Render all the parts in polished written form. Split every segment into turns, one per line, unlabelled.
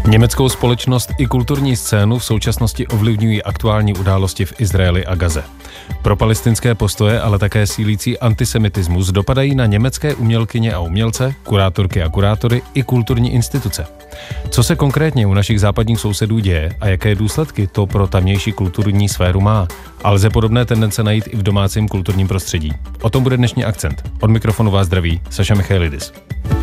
Německou společnost i kulturní scénu v současnosti ovlivňují aktuální události v Izraeli a Gaze. Pro palestinské postoje, ale také sílící antisemitismus dopadají na německé umělkyně a umělce, kurátorky a kurátory i kulturní instituce. Co se konkrétně u našich západních sousedů děje a jaké důsledky to pro tamnější kulturní sféru má? A lze podobné tendence najít i v domácím kulturním prostředí. O tom bude dnešní akcent. Od mikrofonu vás zdraví Saša Michailidis.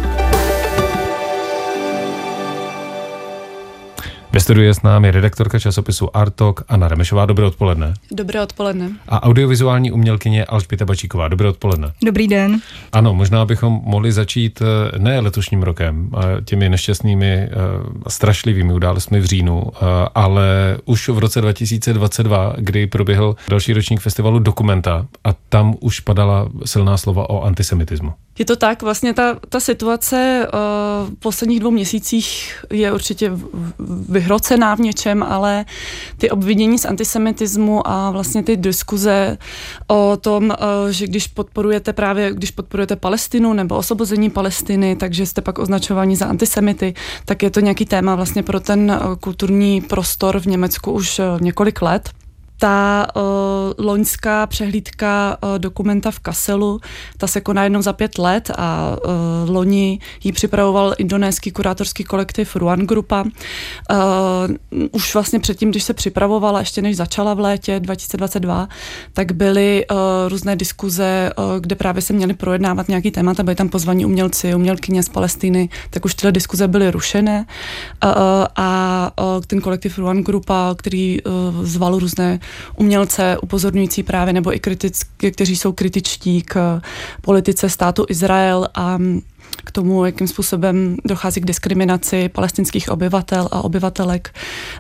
Ve studiu je s námi redaktorka časopisu Art Talk Anna Remešová. Dobré odpoledne.
Dobré odpoledne.
A audiovizuální umělkyně Alžběta Bačíková. Dobré odpoledne.
Dobrý den.
Ano, možná bychom mohli začít ne letošním rokem, těmi nešťastnými strašlivými událostmi v říjnu, ale už v roce 2022, kdy proběhl další ročník festivalu Dokumenta a tam už padala silná slova o antisemitismu.
Je to tak, vlastně ta situace v posledních 2 měsících je určitě vyhrocená v něčem, ale ty obvinění z antisemitismu a vlastně ty diskuze o tom, že když podporujete Palestinu nebo osvobození Palestiny, takže jste pak označováni za antisemity, tak je to nějaký téma vlastně pro ten kulturní prostor v Německu už několik let. Ta loňská přehlídka Dokumenta v Kasselu, ta se koná jednou za 5 let a loni ji připravoval indonéský kurátorský kolektiv Ruan Grupa. Už vlastně předtím, když se připravovala, ještě než začala v létě 2022, tak byly různé diskuze, kde právě se měly projednávat nějaký témata, byli tam pozvaní umělci, umělkyně z Palestiny, tak už tyhle diskuze byly rušené a ten kolektiv Ruan Grupa, který zval různé umělce upozorňující právě nebo i kteří jsou kritičtí k politice státu Izrael a k tomu, jakým způsobem dochází k diskriminaci palestinských obyvatel a obyvatelek,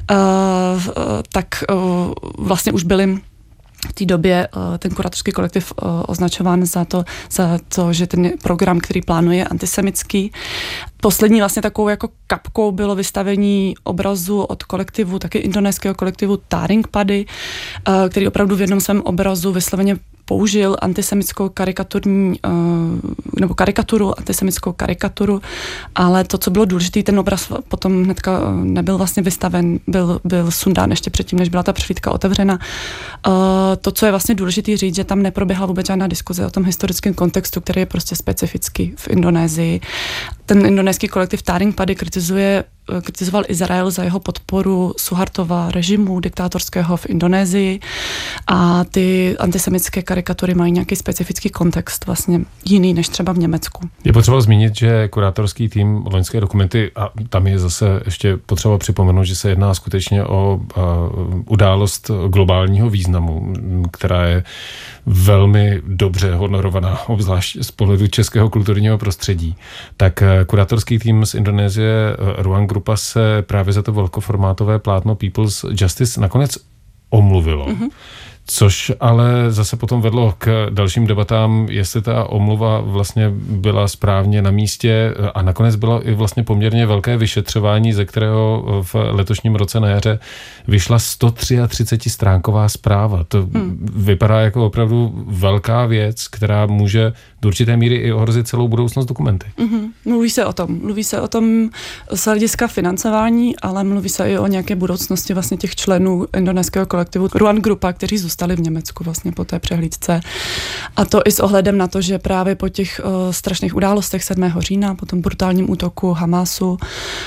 tak vlastně už byli v té době ten kurátorský kolektiv označován za to, že ten program, který plánuje, je antisemický. Poslední vlastně takovou jako kapkou bylo vystavení obrazu od kolektivu, taky indonéského kolektivu Taring Padi, který opravdu v jednom svém obrazu vysloveně použil antisemitskou antisemitskou karikaturu, ale to, co bylo důležité, ten obraz potom hnedka nebyl vlastně vystaven, byl sundán ještě předtím, než byla ta přehlídka otevřena. To, co je vlastně důležité říct, že tam neproběhla vůbec žádná diskuze o tom historickém kontextu, který je prostě specifický v Indonésii. Ten indonéský kolektiv Taring Padi kritizoval Izrael za jeho podporu Suhartova režimu diktátorského v Indonésii a ty antisemitské karikatury mají nějaký specifický kontext, vlastně jiný než třeba v Německu.
Je potřeba zmínit, že kurátorský tým loňské Dokumenty, a tam je zase ještě potřeba připomenout, že se jedná skutečně o událost globálního významu, která je velmi dobře honorovaná, obzvlášť z pohledu českého kulturního prostředí. Tak kurátorský tým z Indonésie Ruan Grupa se právě za to velkoformátové plátno People's Justice nakonec omluvilo. Mm-hmm. Což ale zase potom vedlo k dalším debatám, jestli ta omluva vlastně byla správně na místě a nakonec bylo i vlastně poměrně velké vyšetřování, ze kterého v letošním roce na jaře vyšla 133stránková zpráva. To vypadá jako opravdu velká věc, která může do určité míry i ohrozit celou budoucnost Dokumenty.
Mm-hmm. Mluví se o tom z hlediska financování, ale mluví se i o nějaké budoucnosti vlastně těch členů indonéského kolektivu Ruan Grupa, kteří zůstali v Německu vlastně po té přehlídce. A to i s ohledem na to, že právě po těch strašných událostech 7. října, po tom brutálním útoku Hamásu,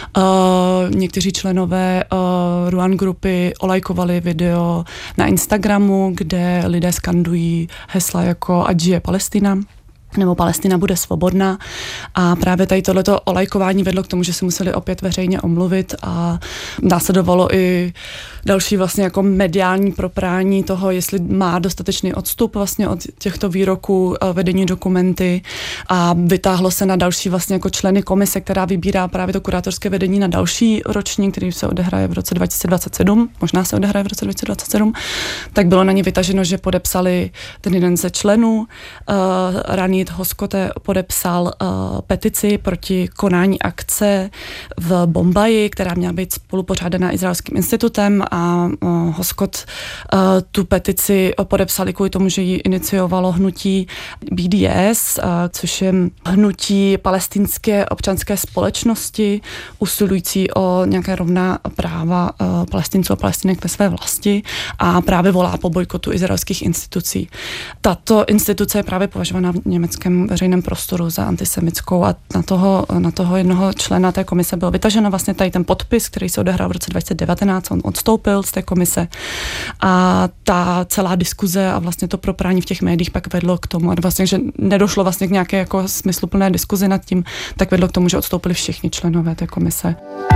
někteří členové Ruan Grupy olajkovali video na Instagramu, kde lidé skandují hesla jako ať žije Palestina, nebo Palestina bude svobodná. A právě tady tohleto olajkování vedlo k tomu, že se museli opět veřejně omluvit a následovalo i další vlastně jako mediální proprání toho, jestli má dostatečný odstup vlastně od těchto výroků vedení Dokumenty a vytáhlo se na další vlastně jako členy komise, která vybírá právě to kurátorské vedení na další ročník, který se odehraje v roce 2027, možná se odehraje v roce 2027, tak bylo na ně vytaženo, že podepsali ten jeden ze členů raný zmínit, Hoskote podepsal petici proti konání akce v Bombaji, která měla být spolupořádaná Izraelským institutem, a Hoskot tu petici podepsali kvůli tomu, že ji iniciovalo hnutí BDS, což je hnutí palestinské občanské společnosti, usilující o nějaké rovná práva Palestinců a Palestinek ve své vlasti, a právě volá po bojkotu izraelských institucí. Tato instituce je právě považovaná v německém veřejném prostoru za antisemitskou, a na toho jednoho člena té komise byl vytažen vlastně tady ten podpis, který se odehrál v roce 2019, on odstoupil z té komise, a ta celá diskuze a vlastně to proprání v těch médiích pak vedlo k tomu, a vlastně, že nedošlo vlastně k nějaké jako smysluplné diskuzi nad tím, tak vedlo k tomu, že odstoupili všichni členové té komise.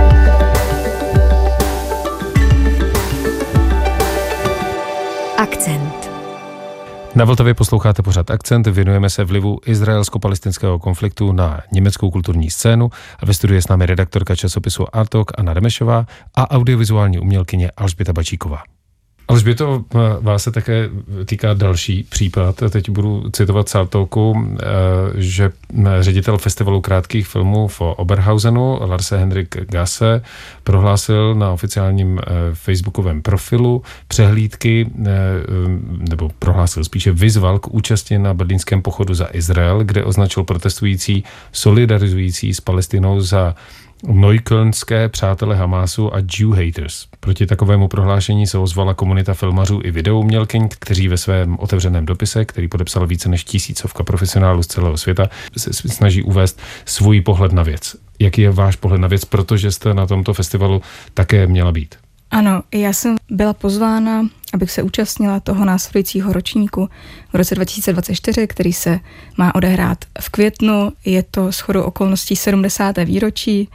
Akcent.
Na Vltavě posloucháte pořad Akcent, věnujeme se vlivu izraelsko-palestinského konfliktu na německou kulturní scénu, a ve studiu je s námi redaktorka časopisu Artok Anna Remešová a audiovizuální umělkyně Alžběta Bačíková. Alžběto, vás se také týká další případ. Teď budu citovat z Artoku, že ředitel festivalu krátkých filmů v Oberhausenu, Larse Henrik Gasse, prohlásil na oficiálním facebookovém profilu přehlídky, nebo prohlásil, spíše vyzval k účasti na berlínském pochodu za Izrael, kde označil protestující solidarizující s Palestinou za neuköllnské přátele Hamásu a Jew haters. Proti takovému prohlášení se ozvala komunita filmařů i videoumělkyň, kteří ve svém otevřeném dopise, který podepsal více než 1000 profesionálů z celého světa, se snaží uvést svůj pohled na věc. Jaký je váš pohled na věc, protože jste na tomto festivalu také měla být?
Ano, já jsem byla pozvána, abych se účastnila toho následujícího ročníku v roce 2024, který se má odehrát v květnu. Je to shodou okolností 70. výročí.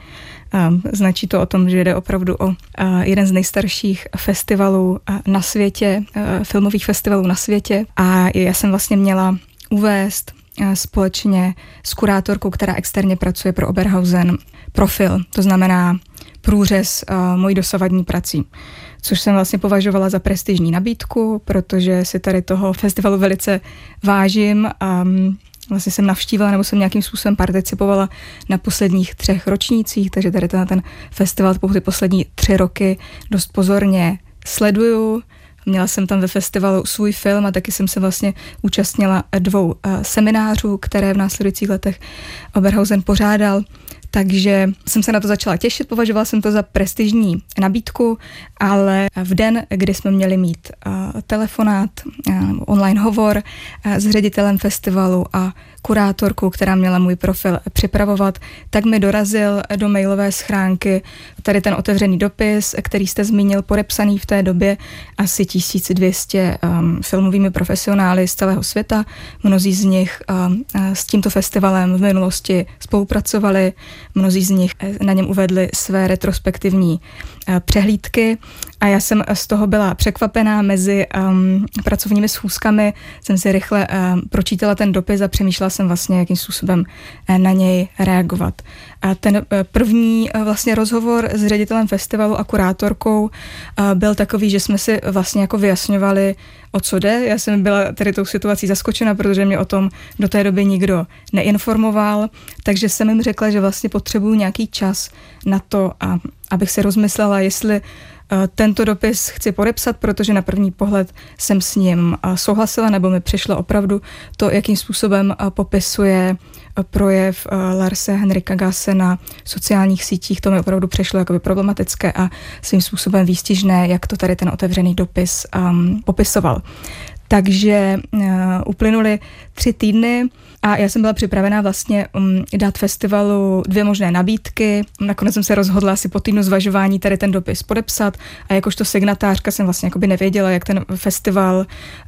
Značí to o tom, že jde opravdu o jeden z nejstarších festivalů na světě, filmových festivalů na světě. A já jsem vlastně měla uvést společně s kurátorkou, která externě pracuje pro Oberhausen, profil, to znamená průřez mojí dosavadní prací, což jsem vlastně považovala za prestižní nabídku, protože si tady toho festivalu velice vážím. Vlastně jsem navštívila nebo jsem nějakým způsobem participovala na posledních 3 ročnících, takže tady ten festival ty poslední 3 roky dost pozorně sleduju. Měla jsem tam ve festivalu svůj film a taky jsem se vlastně účastnila 2 seminářů, které v následujících letech Oberhausen pořádal. Takže jsem se na to začala těšit, považovala jsem to za prestižní nabídku, ale v den, kdy jsme měli mít telefonát, online hovor s ředitelem festivalu a kurátorkou, která měla můj profil připravovat, tak mi dorazil do mailové schránky tady ten otevřený dopis, který jste zmínil, podepsaný v té době asi 1200 filmovými profesionály z celého světa. Mnozí z nich s tímto festivalem v minulosti spolupracovali, mnozí z nich na něm uvedli své retrospektivní přehlídky a já jsem z toho byla překvapená. Mezi pracovními schůzkami jsem si rychle pročítala ten dopis a přemýšlela jsem vlastně, jakým způsobem na něj reagovat. A ten první vlastně rozhovor s ředitelem festivalu a kurátorkou byl takový, že jsme si vlastně jako vyjasňovali, o co jde. Já jsem byla tady tou situací zaskočena, protože mě o tom do té doby nikdo neinformoval, takže jsem jim řekla, že vlastně potřebuju nějaký čas na to, abych se rozmyslela, jestli tento dopis chci podepsat, protože na první pohled jsem s ním souhlasila, nebo mi přišlo opravdu to, jakým způsobem popisuje projev Larse Henrika Gasse na sociálních sítích. To mi opravdu přišlo jakoby problematické a svým způsobem výstižné, jak to tady ten otevřený dopis popisoval. Takže uplynuly 3 týdny a já jsem byla připravená vlastně dát festivalu 2 možné nabídky. Nakonec jsem se rozhodla asi po týdnu zvažování tady ten dopis podepsat a jakožto signatářka jsem vlastně jakoby nevěděla, jak ten festival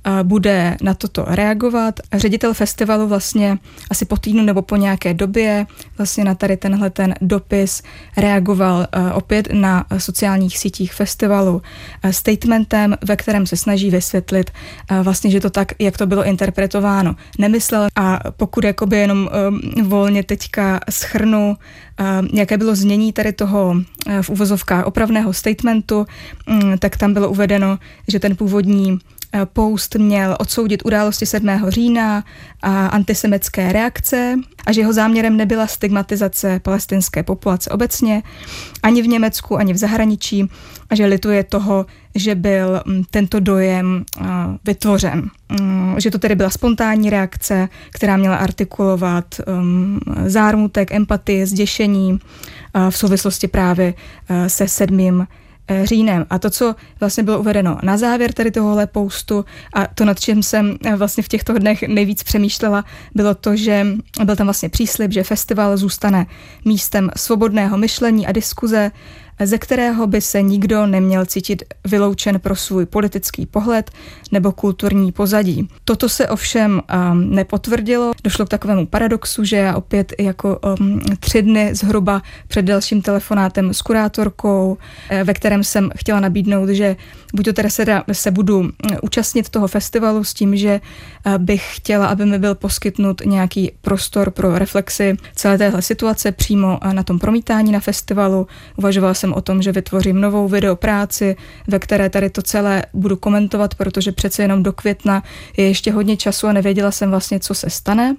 bude na toto reagovat. Ředitel festivalu vlastně asi po týdnu nebo po nějaké době vlastně na tady tenhle ten dopis reagoval opět na sociálních sítích festivalu statementem, ve kterém se snaží vysvětlit vlastně, že to tak, jak to bylo interpretováno, nemyslel. A pokud jakoby jenom volně teďka shrnu, jaké bylo znění tady toho v uvozovkách opravného statementu, tak tam bylo uvedeno, že ten původní post měl odsoudit události 7. října a antisemitské reakce a že jeho záměrem nebyla stigmatizace palestinské populace obecně, ani v Německu, ani v zahraničí, a že lituje toho, že byl tento dojem vytvořen. Že to tedy byla spontánní reakce, která měla artikulovat zármutek, empatii, zděšení v souvislosti právě se 7. říjnem. A to, co vlastně bylo uvedeno na závěr tady tohohle postu a to, nad čím jsem vlastně v těchto dnech nejvíc přemýšlela, bylo to, že byl tam vlastně příslib, že festival zůstane místem svobodného myšlení a diskuze, ze kterého by se nikdo neměl cítit vyloučen pro svůj politický pohled nebo kulturní pozadí. Toto se ovšem nepotvrdilo. Došlo k takovému paradoxu, že já opět jako 3 dny zhruba před dalším telefonátem s kurátorkou, ve kterém jsem chtěla nabídnout, že buď to teda se budu účastnit toho festivalu s tím, že bych chtěla, aby mi byl poskytnut nějaký prostor pro reflexi celé téhle situace přímo na tom promítání na festivalu. Uvažovala jsem o tom, že vytvořím novou videopráci, ve které tady to celé budu komentovat, protože přece jenom do května je ještě hodně času a nevěděla jsem vlastně, co se stane.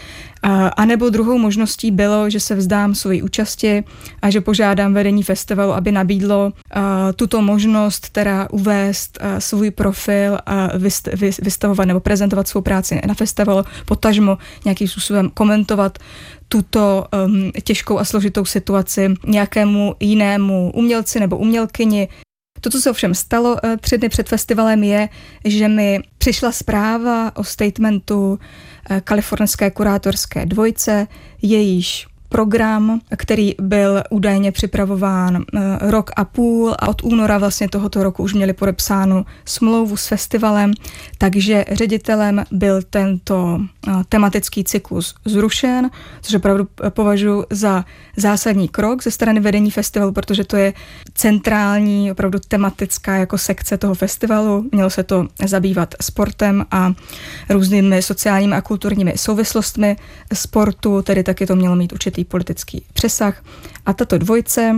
A nebo druhou možností bylo, že se vzdám svojí účasti a že požádám vedení festivalu, aby nabídlo tuto možnost teda uvést svůj profil a vystavovat nebo prezentovat svou práci na festivalu, potažmo nějakým způsobem komentovat tuto těžkou a složitou situaci nějakému jinému umělci nebo umělkyni. To, co se ovšem stalo 3 dny před festivalem, je, že mi přišla zpráva o statementu kalifornské kurátorské dvojce, jejíž program, který byl údajně připravován 1,5 roku a od února vlastně tohoto roku už měli podepsánu smlouvu s festivalem, takže ředitelem byl tento tematický cyklus zrušen, což opravdu považuji za zásadní krok ze strany vedení festivalu, protože to je centrální, opravdu tematická jako sekce toho festivalu. Mělo se to zabývat sportem a různými sociálními a kulturními souvislostmi sportu, tedy taky to mělo mít určitý politický přesah. A tato dvojce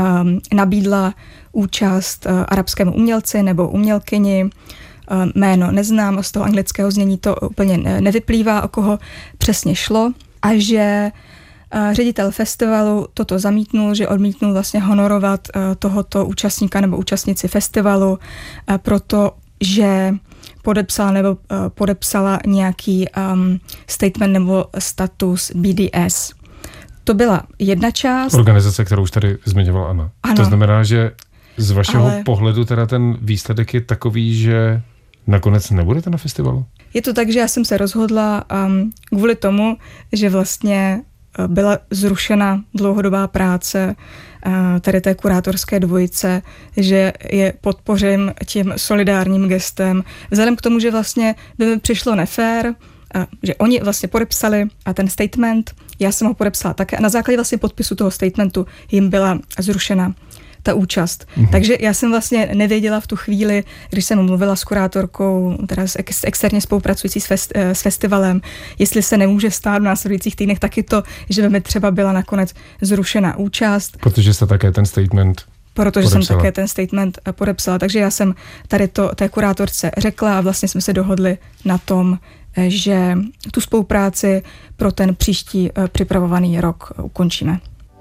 nabídla účast arabskému umělci nebo umělkyni. Jméno neznám, z toho anglického znění to úplně nevyplývá, o koho přesně šlo. A že ředitel festivalu toto zamítnul, že odmítnul vlastně honorovat tohoto účastníka nebo účastnici festivalu, protože podepsala nějaký statement nebo status BDS. To byla jedna část.
Organizace, kterou už tady zmiňovala Anna.
Ano.
To znamená, že z vašeho pohledu teda ten výsledek je takový, že nakonec nebudete na festivalu?
Je to tak, že já jsem se rozhodla kvůli tomu, že vlastně byla zrušena dlouhodobá práce tady té kurátorské dvojice, že je podpořím tím solidárním gestem. Vzhledem k tomu, že vlastně by mi přišlo nefér, že oni vlastně podepsali a ten statement, já jsem ho podepsala také a na základě vlastně podpisu toho statementu jim byla zrušena ta účast. Takže já jsem vlastně nevěděla v tu chvíli, když jsem mluvila s kurátorkou, teda externě spolupracující s festivalem, jestli se nemůže stát v následujících týdnech taky to, že by mi třeba byla nakonec zrušena účast.
Protože jste také ten statement
jsem také ten statement podepsala. Takže já jsem tady to té kurátorce řekla a vlastně jsme se dohodli na tom, že tu spolupráci pro ten příští připravovaný rok ukončíme.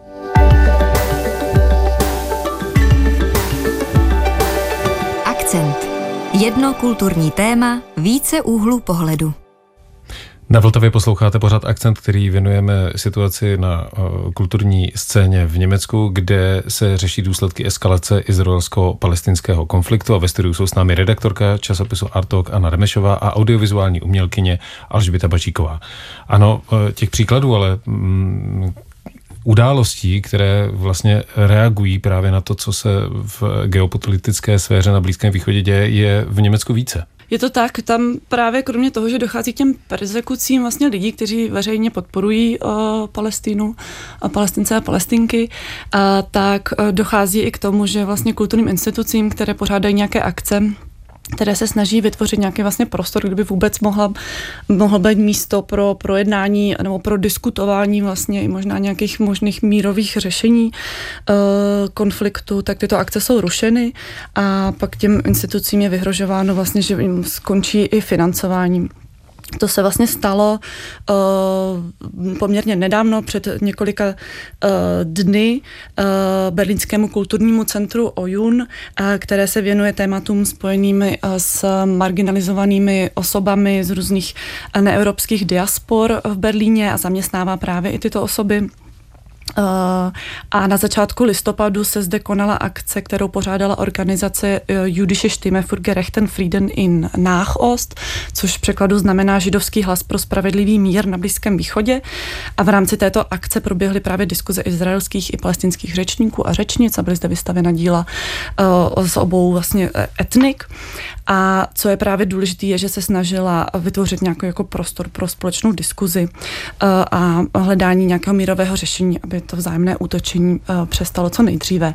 Akcent. Jedno kulturní téma, více úhlů pohledu.
Na Vltavě posloucháte pořad Akcent, který věnujeme situaci na kulturní scéně v Německu, kde se řeší důsledky eskalace izraelsko-palestinského konfliktu a ve studiu jsou s námi redaktorka časopisu Artok Anna Remešová a audiovizuální umělkyně Alžběta Bačíková. Ano, těch příkladů, ale událostí, které vlastně reagují právě na to, co se v geopolitické sféře na Blízkém východě děje, je v Německu více.
Je to tak, tam právě kromě toho, že dochází k těm perzekucím vlastně lidí, kteří veřejně podporují Palestinu a Palestince a Palestinky, tak dochází i k tomu, že vlastně kulturním institucím, které pořádají nějaké akce, které se snaží vytvořit nějaký vlastně prostor, kde by vůbec mohlo být místo pro projednání nebo pro diskutování vlastně i možná nějakých možných mírových řešení konfliktu, tak tyto akce jsou rušeny a pak těm institucím je vyhrožováno vlastně, že jim skončí i financování. To se vlastně stalo poměrně nedávno, před několika dny, berlínskému kulturnímu centru OJUN, které se věnuje tématům spojenými s marginalizovanými osobami z různých neevropských diaspor v Berlíně a zaměstnává právě i tyto osoby. A na začátku listopadu se zde konala akce, kterou pořádala organizace Jüdische Stimme für gerechten Frieden in Nahost, což v překladu znamená Židovský hlas pro spravedlivý mír na Blízkém východě. A v rámci této akce proběhly právě diskuze izraelských i palestinských řečníků a řečnic a byly zde vystavena díla z obou vlastně etnik. A co je právě důležité, je, že se snažila vytvořit nějaký jako prostor pro společnou diskuzi a hledání nějakého mírového řešení, aby to vzájemné útočení přestalo co nejdříve.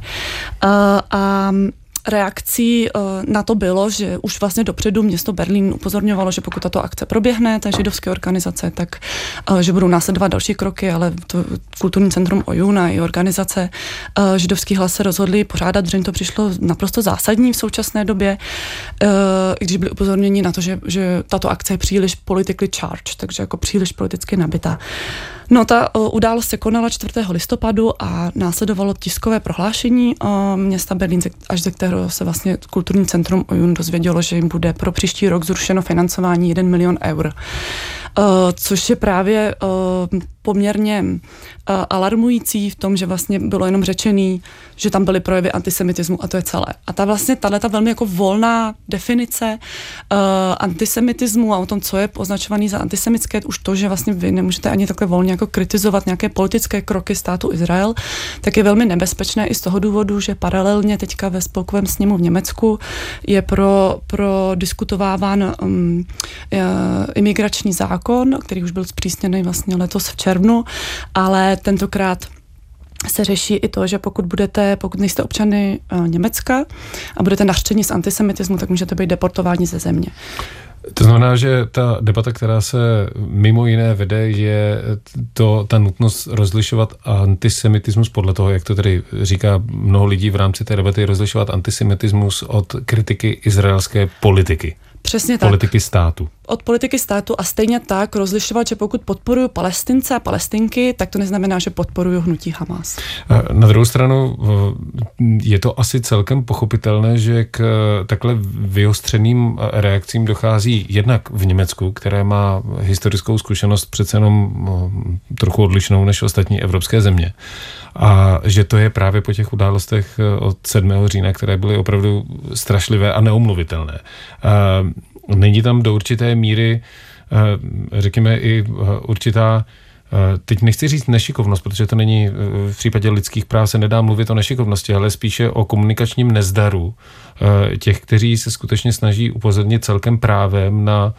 A reakcí na to bylo, že už vlastně dopředu město Berlín upozorňovalo, že pokud tato akce proběhne, ta židovské organizace, tak že budou následovat další kroky, ale to kulturní centrum OJUN a i organizace Židovský hlas se rozhodli pořádat, že jim to přišlo naprosto zásadní v současné době, i když byli upozorněni na to, že tato akce je příliš politically charged, takže jako příliš politicky nabitá. No, ta událost se konala 4. listopadu a následovalo tiskové prohlášení města Berlín, až ze kterého se vlastně kulturní centrum OJUN dozvědělo, že jim bude pro příští rok zrušeno financování 1 milion eur. Což je právě poměrně alarmující v tom, že vlastně bylo jenom řečený, že tam byly projevy antisemitismu a to je celé. A ta vlastně tato velmi jako volná definice antisemitismu a o tom, co je označovaný za antisemitské, už to, že vlastně vy nemůžete ani takhle volně jako kritizovat nějaké politické kroky státu Izrael, tak je velmi nebezpečné i z toho důvodu, že paralelně teďka ve spolkovém sněmu v Německu je pro diskutováván imigrační zákon, který už byl zpřísněný vlastně letos v červnu, ale tentokrát se řeší i to, že pokud nejste občany Německa a budete nařčeni z antisemitismu, tak můžete být deportováni ze země.
To znamená, že ta debata, která se mimo jiné vede, je ta nutnost rozlišovat antisemitismus podle toho, jak to tedy říká mnoho lidí v rámci té debaty, rozlišovat antisemitismus od kritiky izraelské politiky.
Přesně tak.
Politiky státu.
Od politiky státu a stejně tak rozlišovat, že pokud podporuju Palestince a Palestinky, tak to neznamená, že podporuju hnutí Hamas.
Na druhou stranu je to asi celkem pochopitelné, že k takhle vyostřeným reakcím dochází jednak v Německu, které má historickou zkušenost přece jenom trochu odlišnou než ostatní evropské země. A že to je právě po těch událostech od 7. října, které byly opravdu strašlivé a neomluvitelné. Není tam do určité míry, řekněme, i určitá, teď nechci říct nešikovnost, protože to není, v případě lidských práv se nedá mluvit o nešikovnosti, ale spíše o komunikačním nezdaru těch, kteří se skutečně snaží upozornit celkem právem na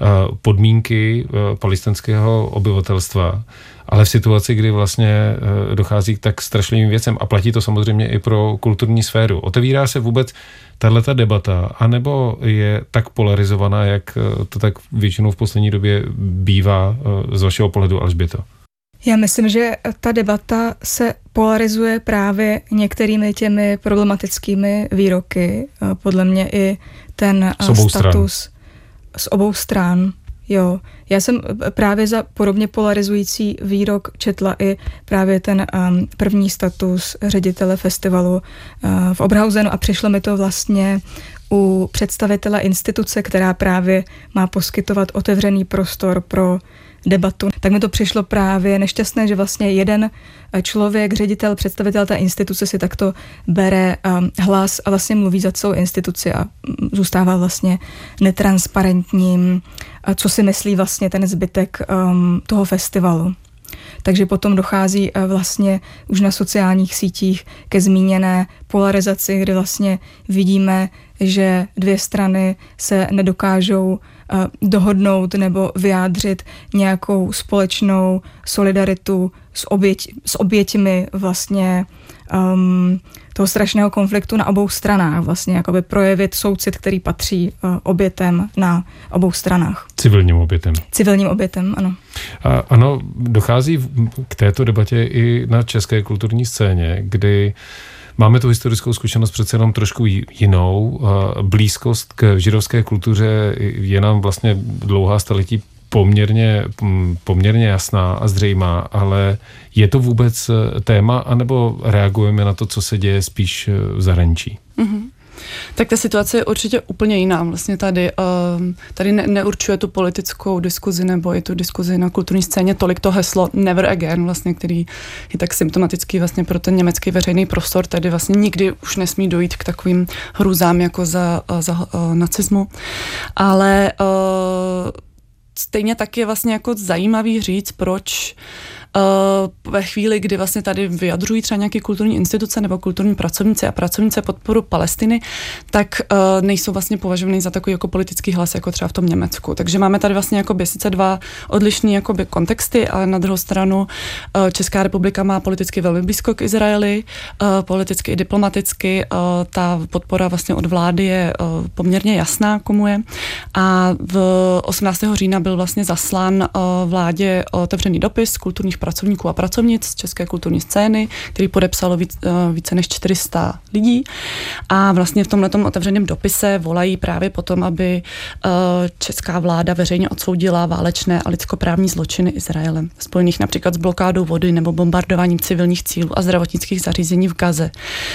podmínky palestinského obyvatelstva, ale v situaci, kdy vlastně dochází k tak strašlivým věcem a platí to samozřejmě i pro kulturní sféru. Otevírá se vůbec tahleta debata, anebo je tak polarizovaná, jak to tak většinou v poslední době bývá z vašeho pohledu, Alžběto?
Já myslím, že ta debata se polarizuje právě některými těmi problematickými výroky. Podle mě i ten status z obou stran. Jo, já jsem právě za podobně polarizující výrok četla i právě ten první status ředitele festivalu v Oberhausenu a přišlo mi to vlastně u představitele instituce, která právě má poskytovat otevřený prostor pro debatu. Tak mi to přišlo právě nešťastné, že vlastně jeden člověk, ředitel, představitel té instituce si takto bere hlas a vlastně mluví za celou instituci a zůstává vlastně netransparentním, co si myslí vlastně ten zbytek toho festivalu. Takže potom dochází vlastně už na sociálních sítích ke zmíněné polarizaci, kdy vlastně vidíme, že dvě strany se nedokážou dohodnout nebo vyjádřit nějakou společnou solidaritu s oběťmi vlastně toho strašného konfliktu na obou stranách, vlastně jakoby projevit soucit, který patří obětem na obou stranách.
Civilním obětem,
ano.
A ano, dochází k této debatě i na české kulturní scéně, kdy máme tu historickou zkušenost přece jenom trošku jinou. Blízkost k židovské kultuře je nám vlastně dlouhá staletí poměrně jasná a zřejmá, ale je to vůbec téma, anebo reagujeme na to, co se děje spíš v zahraničí?
Mm-hmm. Tak ta situace je určitě úplně jiná. Vlastně tady neurčuje tu politickou diskuzi nebo i tu diskuzi na kulturní scéně tolik to heslo Never Again, vlastně, který je tak symptomatický vlastně pro ten německý veřejný prostor. Tady vlastně nikdy už nesmí dojít k takovým hrůzám jako za nacismu. Ale stejně tak je vlastně jako zajímavý říct, proč ve chvíli, kdy vlastně tady vyjadřují třeba nějaké kulturní instituce nebo kulturní pracovníci a pracovnice podporu Palestiny, tak nejsou vlastně považovaný za takový jako politický hlas, jako třeba v tom Německu. Takže máme tady vlastně jakoby sice dva odlišný jakoby kontexty, ale na druhou stranu Česká republika má politicky velmi blízko k Izraeli, politicky i diplomaticky. Ta podpora vlastně od vlády je poměrně jasná, komu je. A v 18. října byl vlastně zaslán vládě otevřený dopis kulturních pracovníků a pracovnic z české kulturní scény, který podepsalo více než 400 lidí. A vlastně v tomhletom otevřeném dopise volají právě potom, aby česká vláda veřejně odsoudila válečné a lidskoprávní zločiny Izraele, spojených například s blokádou vody nebo bombardováním civilních cílů a zdravotnických zařízení v Gaze.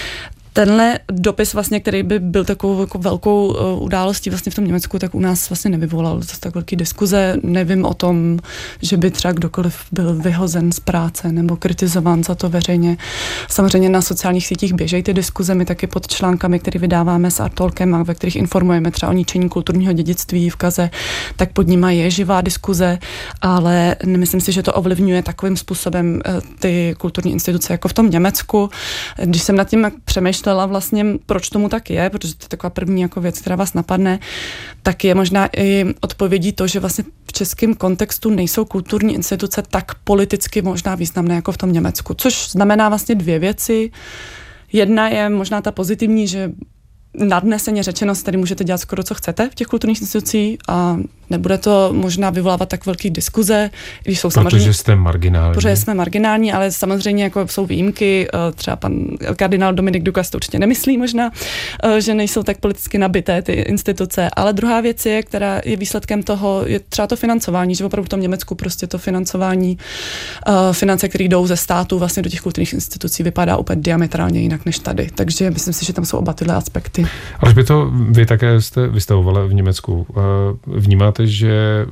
Tenhle dopis vlastně, který by byl takovou jako velkou událostí vlastně v tom Německu, tak u nás vlastně nevyvolal zase tak velký diskuze. Nevím o tom, že by třeba kdokoliv byl vyhozen z práce nebo kritizován za to veřejně. Samozřejmě na sociálních sítích běžejí ty diskuze, my taky pod článkami, které vydáváme s Artolkem a ve kterých informujeme třeba o ničení kulturního dědictví v Gaze, tak pod nima je živá diskuze, ale nemyslím si, že to ovlivňuje takovým způsobem ty kulturní instituce jako v tom Německu. Když jsem nad tím přemýšlela vlastně, proč tomu tak je, protože to je taková první jako věc, která vás napadne, tak je možná i odpovědí to, že vlastně v českém kontextu nejsou kulturní instituce tak politicky možná významné jako v tom Německu, což znamená vlastně dvě věci. Jedna je možná ta pozitivní, že nadneseně řečeno si tady můžete dělat skoro, co chcete v těch kulturních institucích a nebude to možná vyvolávat tak velký diskuze, když jsou samozřejmě...
Protože jste marginální.
Protože jsme marginální, ale samozřejmě jako jsou výjimky, třeba pan kardinál Dominik Dukas to určitě nemyslí možná, že nejsou tak politicky nabité ty instituce, ale druhá věc je, která je výsledkem toho, je třeba to financování, že opravdu v tom Německu prostě to financování, finance, které jdou ze státu vlastně do těch kulturních institucí, vypadá úplně diametrálně jinak než tady. Takže myslím si, že tam jsou oba tyhle aspekty.
Ale by to vy také jste vystavovala v Německu. Vnímáte, že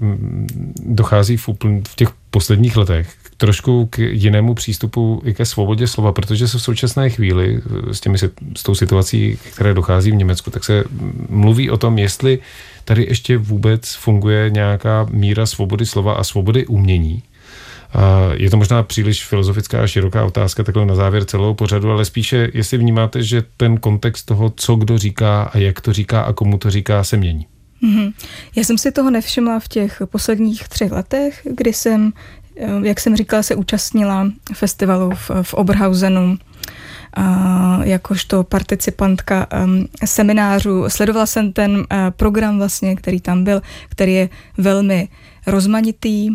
dochází v těch posledních letech trošku k jinému přístupu i ke svobodě slova, protože se v současné chvíli s tou situací, které dochází v Německu, tak se mluví o tom, jestli tady ještě vůbec funguje nějaká míra svobody slova a svobody umění. Je to možná příliš filozofická a široká otázka takhle na závěr celého pořadu, ale spíše, jestli vnímáte, že ten kontext toho, co kdo říká a jak to říká a komu to říká, se mění.
Mm-hmm. Já jsem si toho nevšimla v těch posledních 3 letech, kdy jsem, jak jsem říkala, se účastnila festivalu v Oberhausenu jakožto participantka seminářů. Sledovala jsem ten program vlastně, který tam byl, který je velmi rozmanitý.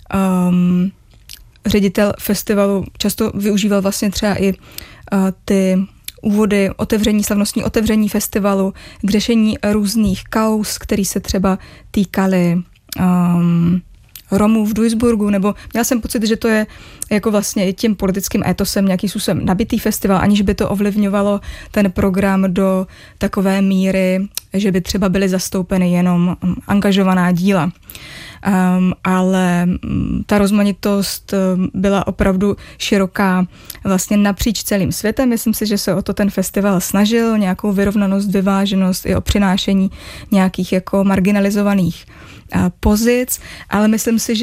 Ředitel festivalu často využíval vlastně třeba i ty úvody, slavnostní otevření festivalu k řešení různých kauz, které se třeba týkaly Romů v Duisburgu, nebo měla jsem pocit, že to je jako vlastně i tím politickým étosem nějaký způsobem nabitý festival, aniž by to ovlivňovalo ten program do takové míry, že by třeba byly zastoupeny jenom angažovaná díla. Ale ta rozmanitost byla opravdu široká vlastně napříč celým světem. Myslím si, že se o to ten festival snažil, nějakou vyrovnanost, vyváženost i o přinášení nějakých jako marginalizovaných pozic, ale myslím si, že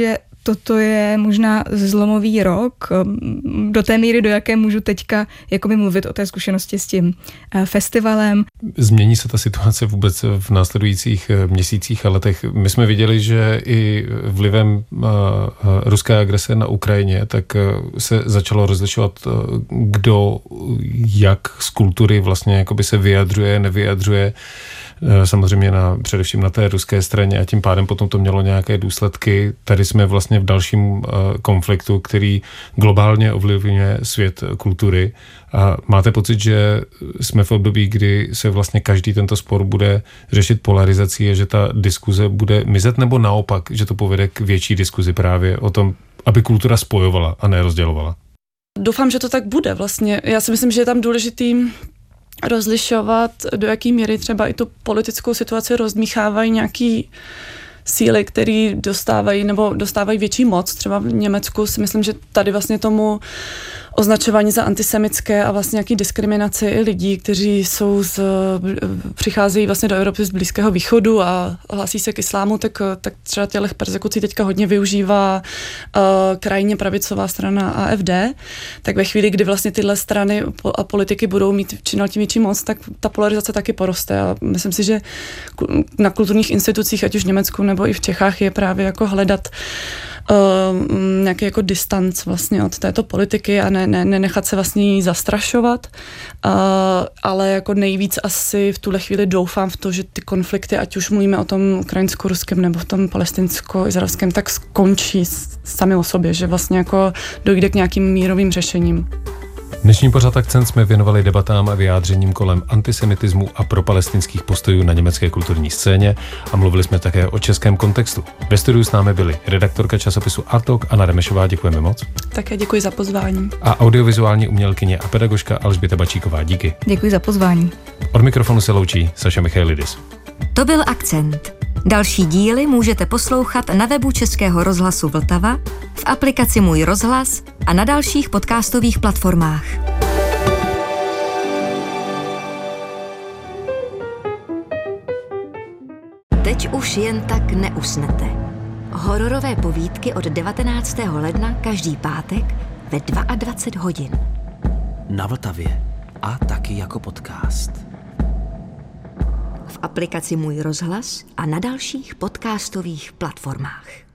toto je možná zlomový rok, do té míry, do jaké můžu teďka jakoby mluvit o té zkušenosti s tím festivalem.
Změní se ta situace vůbec v následujících měsících a letech? My jsme viděli, že i vlivem ruské agrese na Ukrajině, tak se začalo rozlišovat, kdo jak z kultury vlastně jakoby se vyjadřuje, nevyjadřuje. Samozřejmě především na té ruské straně a tím pádem potom to mělo nějaké důsledky. Tady jsme vlastně v dalším konfliktu, který globálně ovlivňuje svět kultury. A máte pocit, že jsme v období, kdy se vlastně každý tento spor bude řešit polarizací a že ta diskuze bude mizet, nebo naopak, že to povede k větší diskuzi právě o tom, aby kultura spojovala a ne rozdělovala?
Doufám, že to tak bude vlastně. Já si myslím, že je tam důležitý rozlišovat, do jaký míry třeba i tu politickou situaci rozdmíchávají nějaký síly, které dostávají větší moc. Třeba v Německu si myslím, že tady vlastně tomu označování za antisemické a vlastně nějaký diskriminaci i lidí, kteří přicházejí vlastně do Evropy z Blízkého východu a hlásí se k islámu, tak třeba těch persekucí teďka hodně využívá krajně pravicová strana AfD. Tak ve chvíli, kdy vlastně tyhle strany a politiky budou mít čím dál tím větší moc, tak ta polarizace taky poroste. A myslím si, že na kulturních institucích, ať už v Německu nebo i v Čechách, je právě jako hledat nějaký jako distanc vlastně od této politiky a nenechat se vlastně zastrašovat, ale jako nejvíc asi v tuhle chvíli doufám v to, že ty konflikty, ať už mluvíme o tom ukrajinsko-ruském nebo v tom palestinsko-izraelském, tak skončí sami o sobě, že vlastně jako dojde k nějakým mírovým řešením.
Dnešní pořad Akcent jsme věnovali debatám a vyjádřením kolem antisemitismu a propalestinských postojů na německé kulturní scéně a mluvili jsme také o českém kontextu. Ve studiu s námi byli redaktorka časopisu Artok Anna Remešová, děkujeme moc.
Také děkuji za pozvání.
A audiovizuální umělkyně a pedagožka Alžběta Bačíková, díky.
Děkuji za pozvání.
Od mikrofonu se loučí Saša Michailidis.
To byl Akcent. Další díly můžete poslouchat na webu Českého rozhlasu Vltava, v aplikaci Můj rozhlas a na dalších podcastových platformách. Teď už jen tak neusnete. Hororové povídky od 19. ledna každý pátek ve 22 hodin.
Na Vltavě a taky jako podcast.
V aplikaci Můj rozhlas a na dalších podcastových platformách.